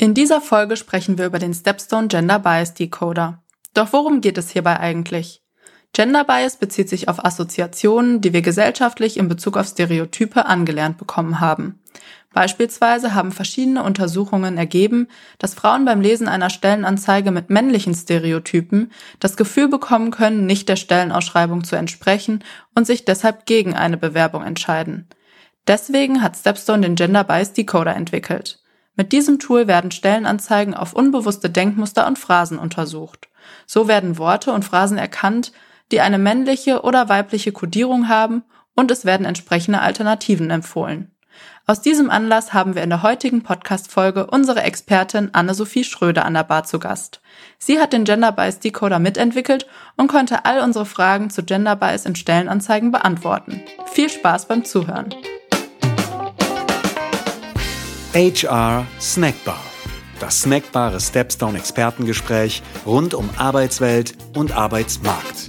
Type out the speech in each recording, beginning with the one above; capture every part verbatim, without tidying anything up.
In dieser Folge sprechen wir über den Stepstone Gender Bias Decoder. Doch worum geht es hierbei eigentlich? Gender Bias bezieht sich auf Assoziationen, die wir gesellschaftlich in Bezug auf Stereotype angelernt bekommen haben. Beispielsweise haben verschiedene Untersuchungen ergeben, dass Frauen beim Lesen einer Stellenanzeige mit männlichen Stereotypen das Gefühl bekommen können, nicht der Stellenausschreibung zu entsprechen und sich deshalb gegen eine Bewerbung entscheiden. Deswegen hat Stepstone den Gender Bias Decoder entwickelt. Mit diesem Tool werden Stellenanzeigen auf unbewusste Denkmuster und Phrasen untersucht. So werden Worte und Phrasen erkannt, die eine männliche oder weibliche Kodierung haben, und es werden entsprechende Alternativen empfohlen. Aus diesem Anlass haben wir in der heutigen Podcast-Folge unsere Expertin Anne-Sophie Schröder an der Bar zu Gast. Sie hat den Gender Bias Decoder mitentwickelt und konnte all unsere Fragen zu Gender Bias in Stellenanzeigen beantworten. Viel Spaß beim Zuhören! H R Snackbar. Das snackbare Stepstone-Expertengespräch rund um Arbeitswelt und Arbeitsmarkt.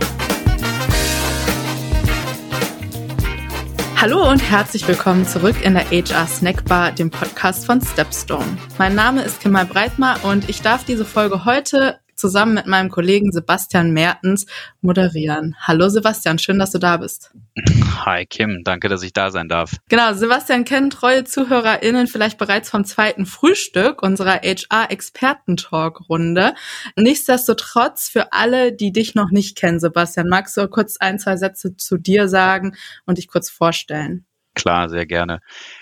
Hallo und herzlich willkommen zurück in der H R Snackbar, dem Podcast von Stepstone. Mein Name ist Kim Breitmar und ich darf diese Folge heute zusammen mit meinem Kollegen Sebastian Mertens moderieren. Hallo Sebastian, schön, dass du da bist. Hi Kim, danke, dass ich da sein darf. Genau, Sebastian kennen treue ZuhörerInnen vielleicht bereits vom zweiten Frühstück unserer H R-Experten-Talk-Runde. Nichtsdestotrotz, für alle, die dich noch nicht kennen, Sebastian, magst du kurz ein, zwei Sätze zu dir sagen und dich kurz vorstellen? Klar, sehr gerne.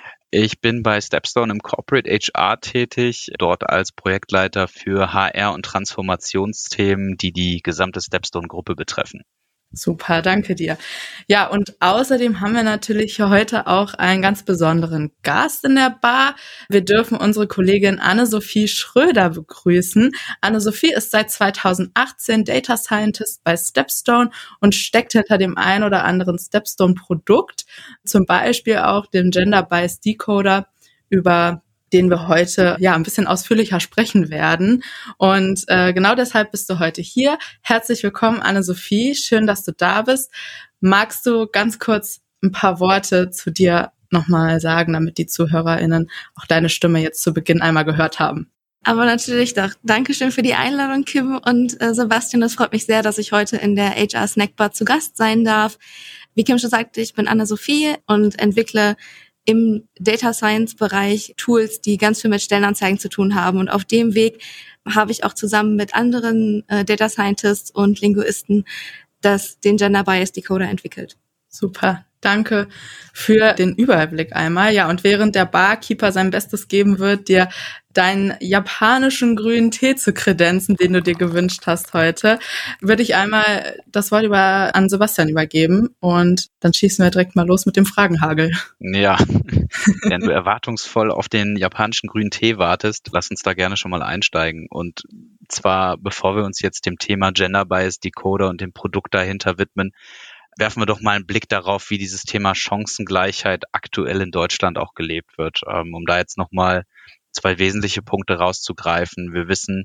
Ich bin bei Stepstone im Corporate H R tätig, dort als Projektleiter für H R- und Transformationsthemen, die die gesamte Stepstone-Gruppe betreffen. Super, danke dir. Ja, und außerdem haben wir natürlich heute auch einen ganz besonderen Gast in der Bar. Wir dürfen unsere Kollegin Anne-Sophie Schröder begrüßen. Anne-Sophie ist seit zweitausendachtzehn Data Scientist bei Stepstone und steckt hinter dem ein oder anderen Stepstone-Produkt, zum Beispiel auch dem Gender Bias Decoder, über den wir heute ja ein bisschen ausführlicher sprechen werden. Und äh, genau deshalb bist du heute hier. Herzlich willkommen, Anne-Sophie. Schön, dass du da bist. Magst du ganz kurz ein paar Worte zu dir nochmal sagen, damit die ZuhörerInnen auch deine Stimme jetzt zu Beginn einmal gehört haben? Aber natürlich doch. Dankeschön für die Einladung, Kim und äh, Sebastian. Das freut mich sehr, dass ich heute in der H R Snackbar zu Gast sein darf. Wie Kim schon sagte, ich bin Anne-Sophie und entwickle im Data Science Bereich Tools, die ganz viel mit Stellenanzeigen zu tun haben. Und auf dem Weg habe ich auch zusammen mit anderen äh, Data Scientists und Linguisten das, den Gender Bias Decoder entwickelt. Super. Danke für den Überblick einmal. Ja, und während der Barkeeper sein Bestes geben wird, dir deinen japanischen grünen Tee zu kredenzen, den du dir gewünscht hast heute, würde ich einmal das Wort über an Sebastian übergeben und dann schießen wir direkt mal los mit dem Fragenhagel. Ja, wenn du erwartungsvoll auf den japanischen grünen Tee wartest, lass uns da gerne schon mal einsteigen. Und zwar, bevor wir uns jetzt dem Thema Gender Bias Decoder und dem Produkt dahinter widmen, werfen wir doch mal einen Blick darauf, wie dieses Thema Chancengleichheit aktuell in Deutschland auch gelebt wird. Um da jetzt nochmal zwei wesentliche Punkte rauszugreifen. Wir wissen,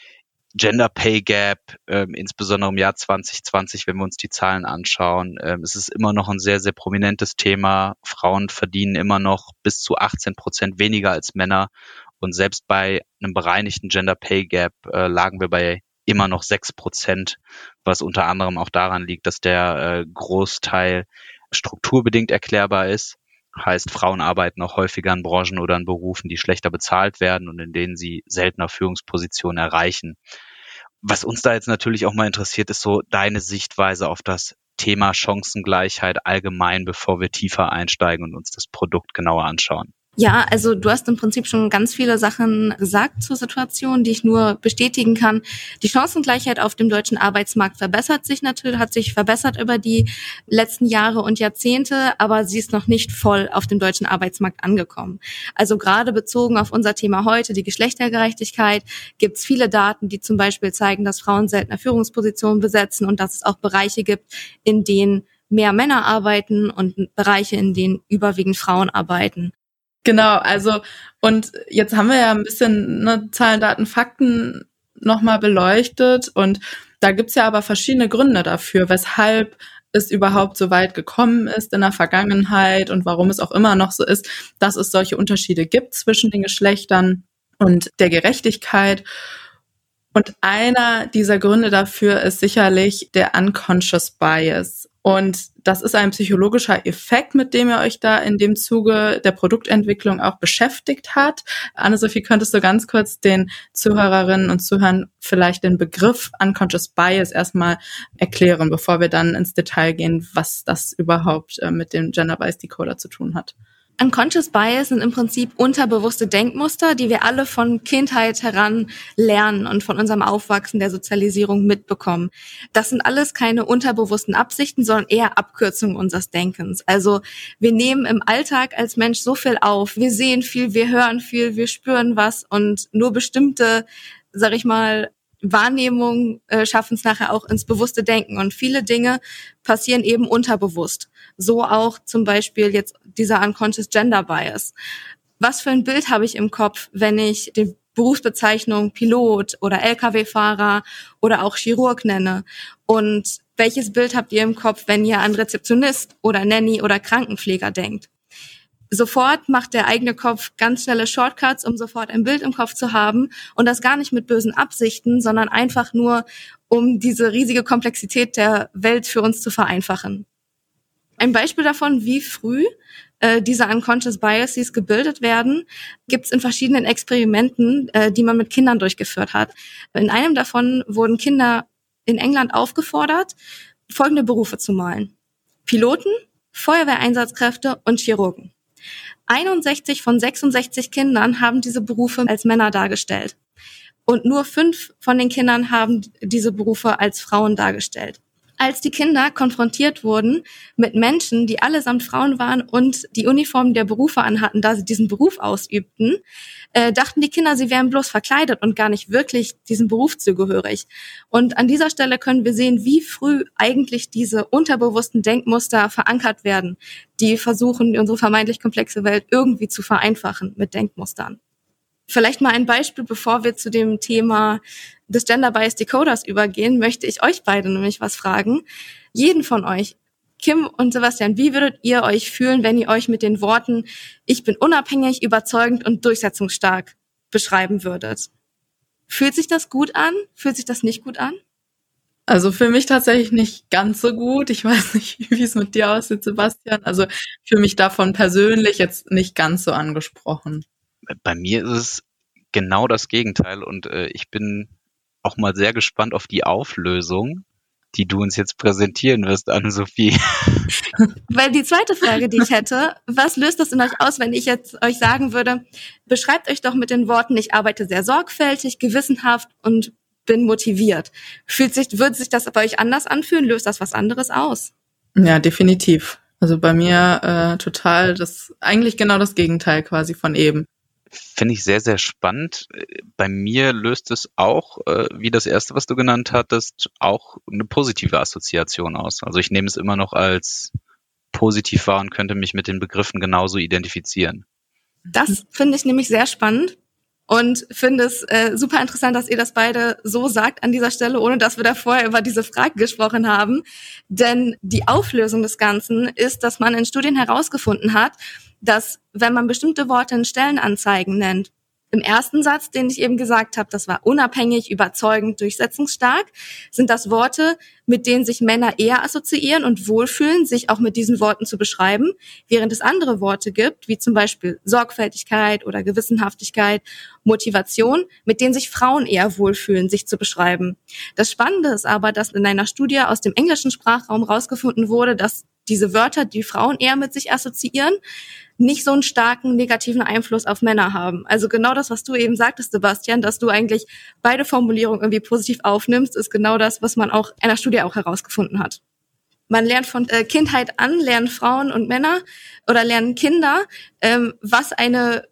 Gender Pay Gap, äh, insbesondere im Jahr zwanzig zwanzig, wenn wir uns die Zahlen anschauen, äh, es ist immer noch ein sehr, sehr prominentes Thema. Frauen verdienen immer noch bis zu achtzehn Prozent weniger als Männer. Und selbst bei einem bereinigten Gender Pay Gap äh, lagen wir bei immer noch sechs Prozent, was unter anderem auch daran liegt, dass der äh, Großteil strukturbedingt erklärbar ist. Heißt, Frauen arbeiten auch häufiger in Branchen oder in Berufen, die schlechter bezahlt werden und in denen sie seltener Führungspositionen erreichen. Was uns da jetzt natürlich auch mal interessiert, ist so deine Sichtweise auf das Thema Chancengleichheit allgemein, bevor wir tiefer einsteigen und uns das Produkt genauer anschauen. Ja, also du hast im Prinzip schon ganz viele Sachen gesagt zur Situation, die ich nur bestätigen kann. Die Chancengleichheit auf dem deutschen Arbeitsmarkt verbessert sich natürlich, hat sich verbessert über die letzten Jahre und Jahrzehnte, aber sie ist noch nicht voll auf dem deutschen Arbeitsmarkt angekommen. Also gerade bezogen auf unser Thema heute, die Geschlechtergerechtigkeit, gibt es viele Daten, die zum Beispiel zeigen, dass Frauen seltener Führungspositionen besetzen und dass es auch Bereiche gibt, in denen mehr Männer arbeiten und Bereiche, in denen überwiegend Frauen arbeiten. Genau, also und jetzt haben wir ja ein bisschen ne, Zahlen, Daten, Fakten nochmal beleuchtet und da gibt's ja aber verschiedene Gründe dafür, weshalb es überhaupt so weit gekommen ist in der Vergangenheit und warum es auch immer noch so ist, dass es solche Unterschiede gibt zwischen den Geschlechtern. und der Gerechtigkeit. Und einer dieser Gründe dafür ist sicherlich der Unconscious Bias. Und das ist ein psychologischer Effekt, mit dem ihr euch da in dem Zuge der Produktentwicklung auch beschäftigt habt. Anne-Sophie, könntest du ganz kurz den Zuhörerinnen und Zuhörern vielleicht den Begriff Unconscious Bias erstmal erklären, bevor wir dann ins Detail gehen, was das überhaupt mit dem Gender Bias Decoder zu tun hat? Unconscious Bias sind im Prinzip unterbewusste Denkmuster, die wir alle von Kindheit heran lernen und von unserem Aufwachsen der Sozialisierung mitbekommen. Das sind alles keine unterbewussten Absichten, sondern eher Abkürzungen unseres Denkens. Also wir nehmen im Alltag als Mensch so viel auf. Wir sehen viel, wir hören viel, wir spüren was und nur bestimmte, sag ich mal, Wahrnehmung äh, schaffen es nachher auch ins bewusste Denken. Und viele Dinge passieren eben unterbewusst. So auch zum Beispiel jetzt dieser Unconscious Gender Bias. Was für ein Bild habe ich im Kopf, wenn ich die Berufsbezeichnung Pilot oder L K W-Fahrer oder auch Chirurg nenne? Und welches Bild habt ihr im Kopf, wenn ihr an Rezeptionist oder Nanny oder Krankenpfleger denkt? Sofort macht der eigene Kopf ganz schnelle Shortcuts, um sofort ein Bild im Kopf zu haben und das gar nicht mit bösen Absichten, sondern einfach nur, um diese riesige Komplexität der Welt für uns zu vereinfachen. Ein Beispiel davon, wie früh äh, diese Unconscious Biases gebildet werden, gibt es in verschiedenen Experimenten, äh, die man mit Kindern durchgeführt hat. In einem davon wurden Kinder in England aufgefordert, folgende Berufe zu malen: Piloten, Feuerwehreinsatzkräfte und Chirurgen. einundsechzig von sechsundsechzig Kindern haben diese Berufe als Männer dargestellt. Und nur fünf von den Kindern haben diese Berufe als Frauen dargestellt. Als die Kinder konfrontiert wurden mit Menschen, die allesamt Frauen waren und die Uniformen der Berufe anhatten, da sie diesen Beruf ausübten, äh, dachten die Kinder, sie wären bloß verkleidet und gar nicht wirklich diesem Beruf zugehörig. Und an dieser Stelle können wir sehen, wie früh eigentlich diese unterbewussten Denkmuster verankert werden, die versuchen, unsere vermeintlich komplexe Welt irgendwie zu vereinfachen mit Denkmustern. Vielleicht mal ein Beispiel, bevor wir zu dem Thema des Gender Bias Decoders übergehen, möchte ich euch beide nämlich was fragen. Jeden von euch, Kim und Sebastian, wie würdet ihr euch fühlen, wenn ihr euch mit den Worten "Ich bin unabhängig, überzeugend und durchsetzungsstark" beschreiben würdet? Fühlt sich das gut an? Fühlt sich das nicht gut an? Also für mich tatsächlich nicht ganz so gut. Ich weiß nicht, wie es mit dir aussieht, Sebastian. Also für mich davon persönlich jetzt nicht ganz so angesprochen. Bei mir ist es genau das Gegenteil und äh, ich bin auch mal sehr gespannt auf die Auflösung, die du uns jetzt präsentieren wirst, Anne-Sophie. Weil die zweite Frage, die ich hätte, was löst das in euch aus, wenn ich jetzt euch sagen würde, beschreibt euch doch mit den Worten: Ich arbeite sehr sorgfältig, gewissenhaft und bin motiviert. Fühlt sich, würde sich das bei euch anders anfühlen? Löst das was anderes aus? Ja, definitiv. Also bei mir äh, total das, eigentlich genau das Gegenteil quasi von eben. Finde ich sehr, sehr spannend. Bei mir löst es auch, äh, wie das erste, was du genannt hattest, auch eine positive Assoziation aus. Also ich nehme es immer noch als positiv wahr und könnte mich mit den Begriffen genauso identifizieren. Das finde ich nämlich sehr spannend und finde es äh, super interessant, dass ihr das beide so sagt an dieser Stelle, ohne dass wir da vorher über diese Frage gesprochen haben. Denn die Auflösung des Ganzen ist, dass man in Studien herausgefunden hat, dass wenn man bestimmte Worte in Stellenanzeigen nennt, im ersten Satz, den ich eben gesagt habe, das war unabhängig, überzeugend, durchsetzungsstark, sind das Worte, mit denen sich Männer eher assoziieren und wohlfühlen, sich auch mit diesen Worten zu beschreiben, während es andere Worte gibt, wie zum Beispiel Sorgfältigkeit oder Gewissenhaftigkeit, Motivation, mit denen sich Frauen eher wohlfühlen, sich zu beschreiben. Das Spannende ist aber, dass in einer Studie aus dem englischen Sprachraum rausgefunden wurde, dass diese Wörter, die Frauen eher mit sich assoziieren, nicht so einen starken negativen Einfluss auf Männer haben. Also genau das, was du eben sagtest, Sebastian, dass du eigentlich beide Formulierungen irgendwie positiv aufnimmst, ist genau das, was man auch in der Studie auch herausgefunden hat. Man lernt von äh, Kindheit an, lernen Frauen und Männer oder lernen Kinder, ähm, was eine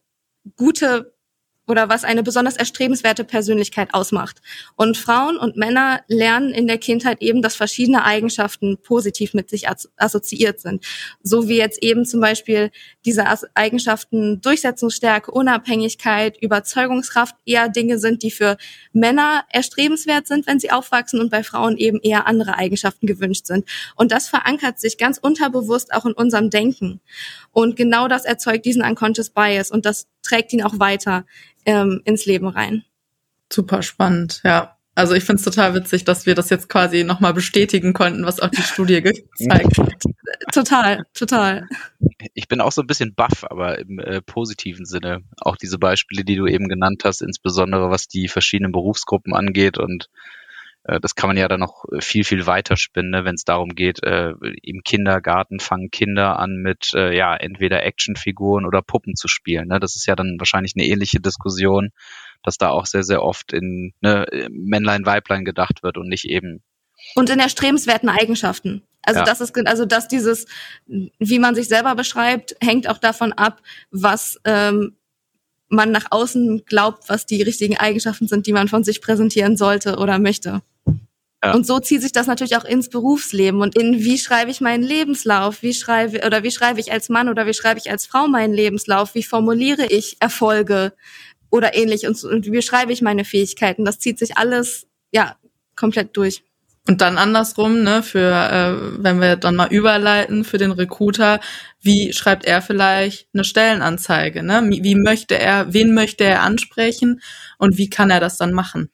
gute oder was eine besonders erstrebenswerte Persönlichkeit ausmacht. Und Frauen und Männer lernen in der Kindheit eben, dass verschiedene Eigenschaften positiv mit sich assoziiert sind. So wie jetzt eben zum Beispiel diese Eigenschaften Durchsetzungsstärke, Unabhängigkeit, Überzeugungskraft eher Dinge sind, die für Männer erstrebenswert sind, wenn sie aufwachsen, und bei Frauen eben eher andere Eigenschaften gewünscht sind. Und das verankert sich ganz unterbewusst auch in unserem Denken. Und genau das erzeugt diesen Unconscious Bias. Und das trägt ihn auch weiter ähm, ins Leben rein. Super spannend, ja. Also ich finde es total witzig, dass wir das jetzt quasi nochmal bestätigen konnten, was auch die Studie gezeigt hat. Total, total. Ich bin auch so ein bisschen baff, aber im äh, positiven Sinne. Auch diese Beispiele, die du eben genannt hast, insbesondere was die verschiedenen Berufsgruppen angeht. Und äh, das kann man ja dann noch viel, viel weiter spinnen, ne, wenn es darum geht, äh, im Kindergarten fangen Kinder an mit äh, ja entweder Actionfiguren oder Puppen zu spielen. Ne? Das ist ja dann wahrscheinlich eine ähnliche Diskussion, dass da auch sehr, sehr oft in ne, Männlein, Weiblein gedacht wird und nicht eben. Und in erstrebenswerten Eigenschaften. Also Ja. das ist, also dass dieses, wie man sich selber beschreibt, hängt auch davon ab, was ähm, man nach außen glaubt, was die richtigen Eigenschaften sind, die man von sich präsentieren sollte oder möchte. Ja. Und so zieht sich das natürlich auch ins Berufsleben und in wie schreibe ich meinen Lebenslauf, wie schreibe oder wie schreibe ich als Mann oder wie schreibe ich als Frau meinen Lebenslauf, wie formuliere ich Erfolge oder ähnlich und, und wie schreibe ich meine Fähigkeiten. Das zieht sich alles ja komplett durch. Und dann andersrum, ne, für äh, wenn wir dann mal überleiten für den Recruiter, wie schreibt er vielleicht eine Stellenanzeige, ne? Wie, wie möchte er, wen möchte er ansprechen und wie kann er das dann machen?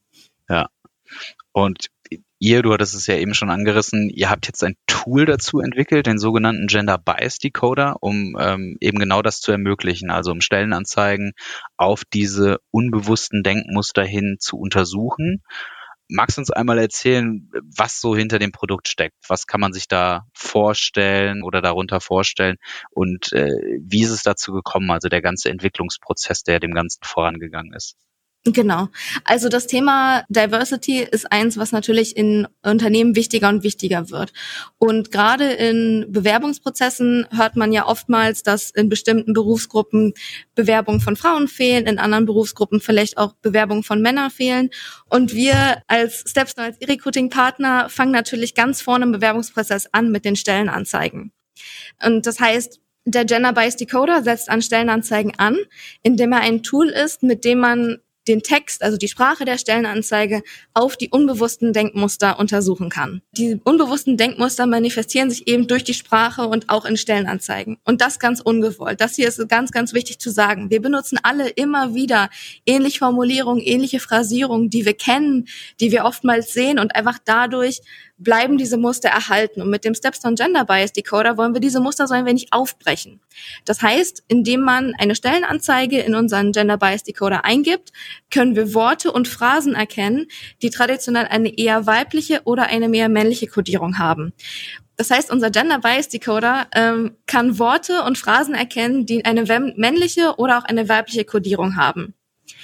Ja. Und ihr, du hattest es ja eben schon angerissen, ihr habt jetzt ein Tool dazu entwickelt, den sogenannten Gender Bias Decoder, um ähm, eben genau das zu ermöglichen, also um Stellenanzeigen auf diese unbewussten Denkmuster hin zu untersuchen. Magst du uns einmal erzählen, was so hinter dem Produkt steckt? Was kann man sich da vorstellen oder darunter vorstellen? Und äh, wie ist es dazu gekommen, also der ganze Entwicklungsprozess, der dem Ganzen vorangegangen ist? Genau. Also das Thema Diversity ist eins, was natürlich in Unternehmen wichtiger und wichtiger wird. Und gerade in Bewerbungsprozessen hört man ja oftmals, dass in bestimmten Berufsgruppen Bewerbungen von Frauen fehlen, in anderen Berufsgruppen vielleicht auch Bewerbungen von Männern fehlen. Und wir als Stepstone, als E-Recruiting-Partner fangen natürlich ganz vorne im Bewerbungsprozess an mit den Stellenanzeigen. Und das heißt, der Gender Bias Decoder setzt an Stellenanzeigen an, indem er ein Tool ist, mit dem man den Text, also die Sprache der Stellenanzeige, auf die unbewussten Denkmuster untersuchen kann. Die unbewussten Denkmuster manifestieren sich eben durch die Sprache und auch in Stellenanzeigen. Und das ganz ungewollt. Das hier ist ganz, ganz wichtig zu sagen. Wir benutzen alle immer wieder ähnliche Formulierungen, ähnliche Phrasierungen, die wir kennen, die wir oftmals sehen und einfach dadurch bleiben diese Muster erhalten. Und mit dem Stepstone Gender Bias Decoder wollen wir diese Muster so ein wenig aufbrechen. Das heißt, indem man eine Stellenanzeige in unseren Gender Bias Decoder eingibt, können wir Worte und Phrasen erkennen, die traditionell eine eher weibliche oder eine mehr männliche Kodierung haben. Das heißt, unser Gender Bias Decoder ähm, kann Worte und Phrasen erkennen, die eine männliche oder auch eine weibliche Kodierung haben.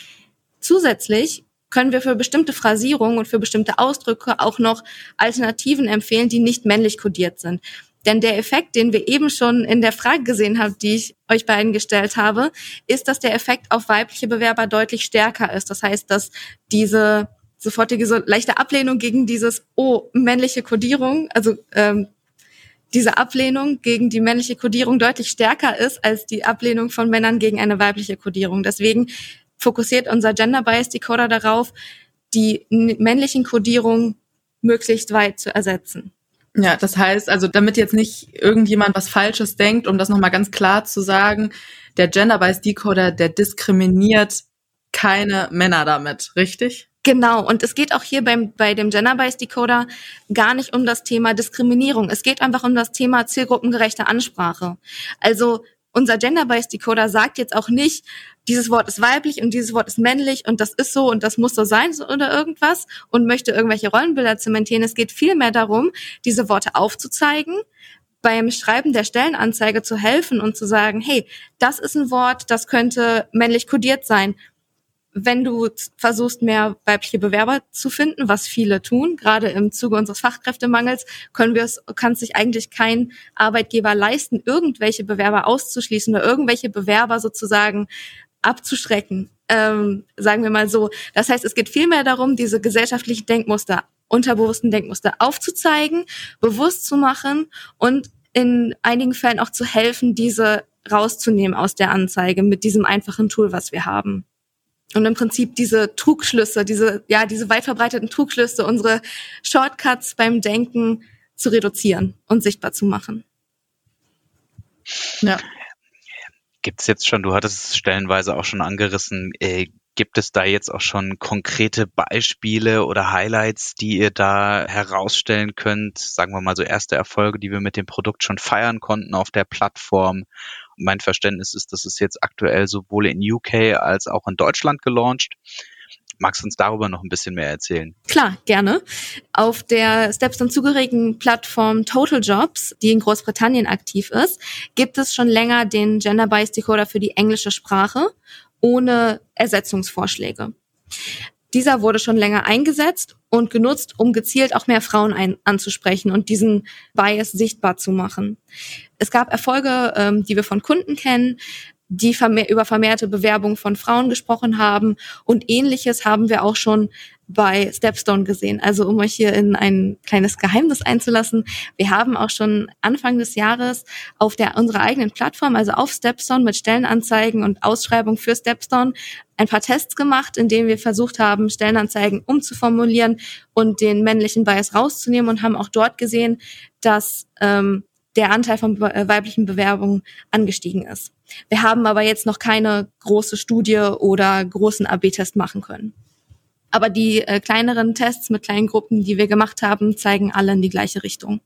Zusätzlich können wir für bestimmte Phrasierungen und für bestimmte Ausdrücke auch noch Alternativen empfehlen, die nicht männlich kodiert sind. Denn der Effekt, den wir eben schon in der Frage gesehen haben, die ich euch beiden gestellt habe, ist, dass der Effekt auf weibliche Bewerber deutlich stärker ist. Das heißt, dass diese sofortige so leichte Ablehnung gegen dieses oh, männliche Kodierung, also ähm, diese Ablehnung gegen die männliche Kodierung deutlich stärker ist als die Ablehnung von Männern gegen eine weibliche Kodierung. Deswegen fokussiert unser Gender Bias Decoder darauf, die männlichen Kodierungen möglichst weit zu ersetzen. Ja, das heißt, also damit jetzt nicht irgendjemand was Falsches denkt, um das nochmal ganz klar zu sagen, der Gender Bias Decoder, der diskriminiert keine Männer damit, richtig? Genau, und es geht auch hier beim bei dem Gender Bias Decoder gar nicht um das Thema Diskriminierung. Es geht einfach um das Thema zielgruppengerechte Ansprache. Also unser Gender Bias Decoder sagt jetzt auch nicht, dieses Wort ist weiblich und dieses Wort ist männlich und das ist so und das muss so sein oder irgendwas und möchte irgendwelche Rollenbilder zementieren. Es geht vielmehr darum, diese Worte aufzuzeigen, beim Schreiben der Stellenanzeige zu helfen und zu sagen, hey, das ist ein Wort, das könnte männlich kodiert sein. Wenn du versuchst, mehr weibliche Bewerber zu finden, was viele tun, gerade im Zuge unseres Fachkräftemangels, können wir es, kann sich eigentlich kein Arbeitgeber leisten, irgendwelche Bewerber auszuschließen oder irgendwelche Bewerber sozusagen abzuschrecken, ähm, sagen wir mal so. Das heißt, es geht vielmehr darum, diese gesellschaftlichen Denkmuster, unterbewussten Denkmuster aufzuzeigen, bewusst zu machen und in einigen Fällen auch zu helfen, diese rauszunehmen aus der Anzeige mit diesem einfachen Tool, was wir haben. Und im Prinzip diese Trugschlüsse, diese, ja, diese weit verbreiteten Trugschlüsse, unsere Shortcuts beim Denken zu reduzieren und sichtbar zu machen. Ja. Gibt's jetzt schon, du hattest es stellenweise auch schon angerissen, äh, gibt es da jetzt auch schon konkrete Beispiele oder Highlights, die ihr da herausstellen könnt? Sagen wir mal so erste Erfolge, die wir mit dem Produkt schon feiern konnten auf der Plattform. Und mein Verständnis ist, dass es jetzt aktuell sowohl in U K als auch in Deutschland gelauncht. Magst du uns darüber noch ein bisschen mehr erzählen? Klar, gerne. Auf der Stepstone zugehörigen Plattform Total Jobs, die in Großbritannien aktiv ist, gibt es schon länger den Gender Bias Decoder für die englische Sprache ohne Ersetzungsvorschläge. Dieser wurde schon länger eingesetzt und genutzt, um gezielt auch mehr Frauen ein- anzusprechen und diesen Bias sichtbar zu machen. Es gab Erfolge, ähm, die wir von Kunden kennen, die vermehr- über vermehrte Bewerbung von Frauen gesprochen haben, und Ähnliches haben wir auch schon bei Stepstone gesehen. Also um euch hier in ein kleines Geheimnis einzulassen, wir haben auch schon Anfang des Jahres auf der unserer eigenen Plattform, also auf Stepstone mit Stellenanzeigen und Ausschreibung für Stepstone, ein paar Tests gemacht, in denen wir versucht haben, Stellenanzeigen umzuformulieren und den männlichen Bias rauszunehmen, und haben auch dort gesehen, dass ähm, der Anteil von be- weiblichen Bewerbungen angestiegen ist. Wir haben aber jetzt noch keine große Studie oder großen A B-Test machen können. Aber die äh, kleineren Tests mit kleinen Gruppen, die wir gemacht haben, zeigen alle in die gleiche Richtung.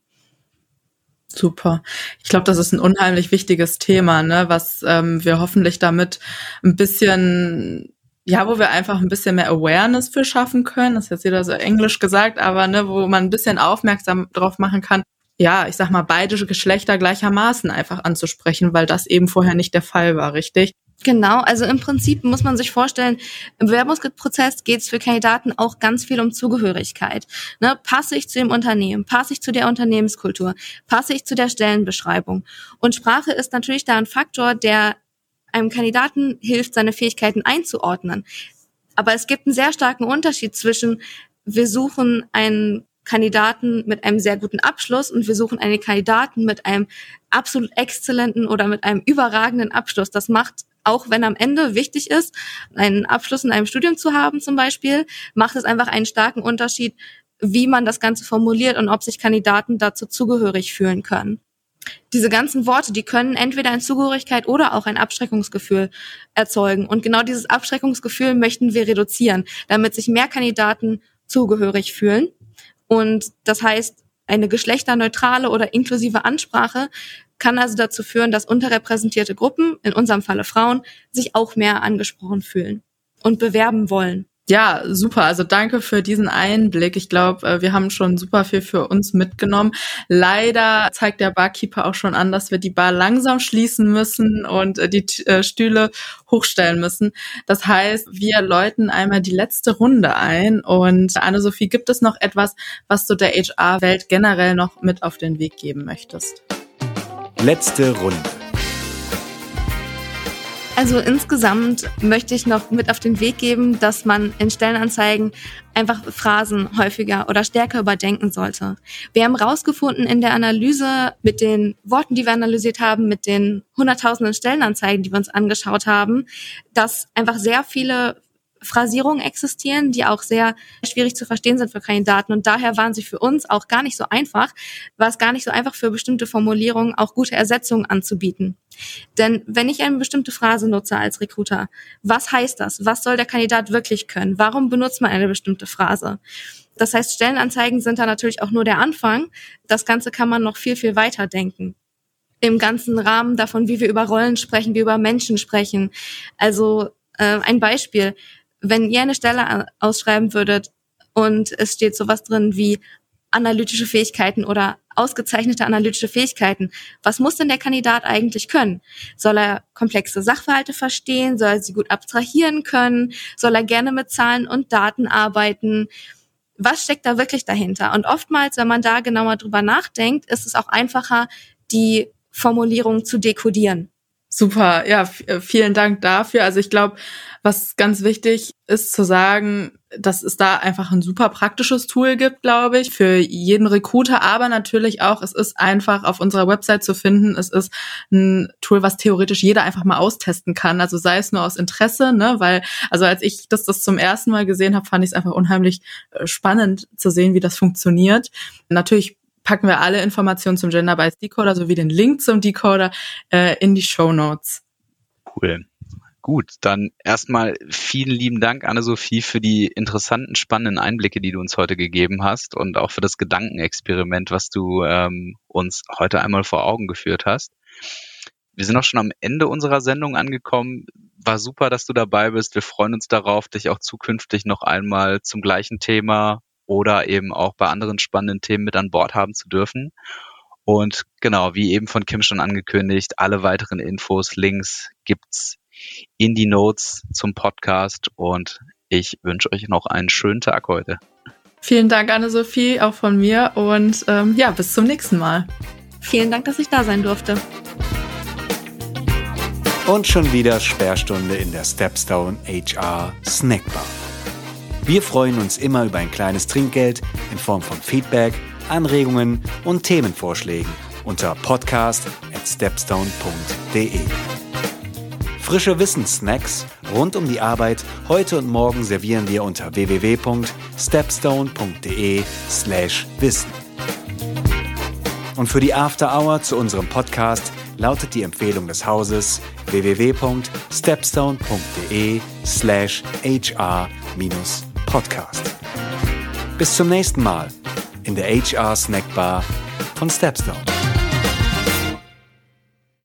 Super. Ich glaube, das ist ein unheimlich wichtiges Thema, ne, was ähm, wir hoffentlich damit ein bisschen, ja, wo wir einfach ein bisschen mehr Awareness für schaffen können. Das ist jetzt wieder so englisch gesagt, aber ne, wo man ein bisschen aufmerksam drauf machen kann, ja, ich sag mal, beide Geschlechter gleichermaßen einfach anzusprechen, weil das eben vorher nicht der Fall war, richtig? Genau, also im Prinzip muss man sich vorstellen, im Bewerbungsprozess geht es für Kandidaten auch ganz viel um Zugehörigkeit. Ne, passe ich zu dem Unternehmen, passe ich zu der Unternehmenskultur, passe ich zu der Stellenbeschreibung. Und Sprache ist natürlich da ein Faktor, der einem Kandidaten hilft, seine Fähigkeiten einzuordnen. Aber es gibt einen sehr starken Unterschied zwischen, wir suchen einen Kandidaten mit einem sehr guten Abschluss und wir suchen einen Kandidaten mit einem absolut exzellenten oder mit einem überragenden Abschluss. Das macht, auch wenn am Ende wichtig ist, einen Abschluss in einem Studium zu haben zum Beispiel, macht es einfach einen starken Unterschied, wie man das Ganze formuliert und ob sich Kandidaten dazu zugehörig fühlen können. Diese ganzen Worte, die können entweder eine Zugehörigkeit oder auch ein Abschreckungsgefühl erzeugen. Und genau dieses Abschreckungsgefühl möchten wir reduzieren, damit sich mehr Kandidaten zugehörig fühlen. Und das heißt, eine geschlechterneutrale oder inklusive Ansprache kann also dazu führen, dass unterrepräsentierte Gruppen, in unserem Falle Frauen, sich auch mehr angesprochen fühlen und bewerben wollen. Ja, super. Also danke für diesen Einblick. Ich glaube, wir haben schon super viel für uns mitgenommen. Leider zeigt der Barkeeper auch schon an, dass wir die Bar langsam schließen müssen und die Stühle hochstellen müssen. Das heißt, wir läuten einmal die letzte Runde ein. Und Anne-Sophie, gibt es noch etwas, was du der H R-Welt generell noch mit auf den Weg geben möchtest? Letzte Runde. Also insgesamt möchte ich noch mit auf den Weg geben, dass man in Stellenanzeigen einfach Phrasen häufiger oder stärker überdenken sollte. Wir haben rausgefunden in der Analyse mit den Worten, die wir analysiert haben, mit den hunderttausenden Stellenanzeigen, die wir uns angeschaut haben, dass einfach sehr viele Phrasierungen existieren, die auch sehr schwierig zu verstehen sind für Kandidaten. Und daher waren sie für uns auch gar nicht so einfach, war es gar nicht so einfach für bestimmte Formulierungen auch gute Ersetzungen anzubieten. Denn wenn ich eine bestimmte Phrase nutze als Recruiter, was heißt das? Was soll der Kandidat wirklich können? Warum benutzt man eine bestimmte Phrase? Das heißt, Stellenanzeigen sind da natürlich auch nur der Anfang. Das Ganze kann man noch viel, viel weiter denken. Im ganzen Rahmen davon, wie wir über Rollen sprechen, wie wir über Menschen sprechen. Also äh, ein Beispiel. Wenn ihr eine Stelle ausschreiben würdet und es steht sowas drin wie analytische Fähigkeiten oder ausgezeichnete analytische Fähigkeiten, was muss denn der Kandidat eigentlich können? Soll er komplexe Sachverhalte verstehen? Soll er sie gut abstrahieren können? Soll er gerne mit Zahlen und Daten arbeiten? Was steckt da wirklich dahinter? Und oftmals, wenn man da genauer drüber nachdenkt, ist es auch einfacher, die Formulierung zu dekodieren. Super, ja, f- vielen Dank dafür. Also ich glaube, was ganz wichtig ist zu sagen, dass es da einfach ein super praktisches Tool gibt, glaube ich, für jeden Recruiter, aber natürlich auch, es ist einfach auf unserer Website zu finden. Es ist ein Tool, was theoretisch jeder einfach mal austesten kann, also sei es nur aus Interesse, ne, weil, also als ich das, das zum ersten Mal gesehen habe, fand ich es einfach unheimlich spannend zu sehen, wie das funktioniert. Natürlich packen wir alle Informationen zum Gender Bias Decoder sowie den Link zum Decoder äh, in die Shownotes. Cool. Gut, dann erstmal vielen lieben Dank, Anne-Sophie, für die interessanten, spannenden Einblicke, die du uns heute gegeben hast und auch für das Gedankenexperiment, was du ähm, uns heute einmal vor Augen geführt hast. Wir sind auch schon am Ende unserer Sendung angekommen. War super, dass du dabei bist. Wir freuen uns darauf, dich auch zukünftig noch einmal zum gleichen Thema oder eben auch bei anderen spannenden Themen mit an Bord haben zu dürfen. Und genau, wie eben von Kim schon angekündigt, alle weiteren Infos, Links gibt's in die Notes zum Podcast und ich wünsche euch noch einen schönen Tag heute. Vielen Dank, Anne-Sophie, auch von mir und ähm, ja, bis zum nächsten Mal. Vielen Dank, dass ich da sein durfte. Und schon wieder Sperrstunde in der Stepstone H R Snackbar. Wir freuen uns immer über ein kleines Trinkgeld in Form von Feedback, Anregungen und Themenvorschlägen unter podcast at stepstone punkt de. Frische Wissenssnacks rund um die Arbeit heute und morgen servieren wir unter w w w punkt stepstone punkt de slash wissen. Und für die After Hour zu unserem Podcast lautet die Empfehlung des Hauses w w w punkt stepstone punkt de slash h r podcast. Bis zum nächsten Mal in der H R Snackbar von Stepstone.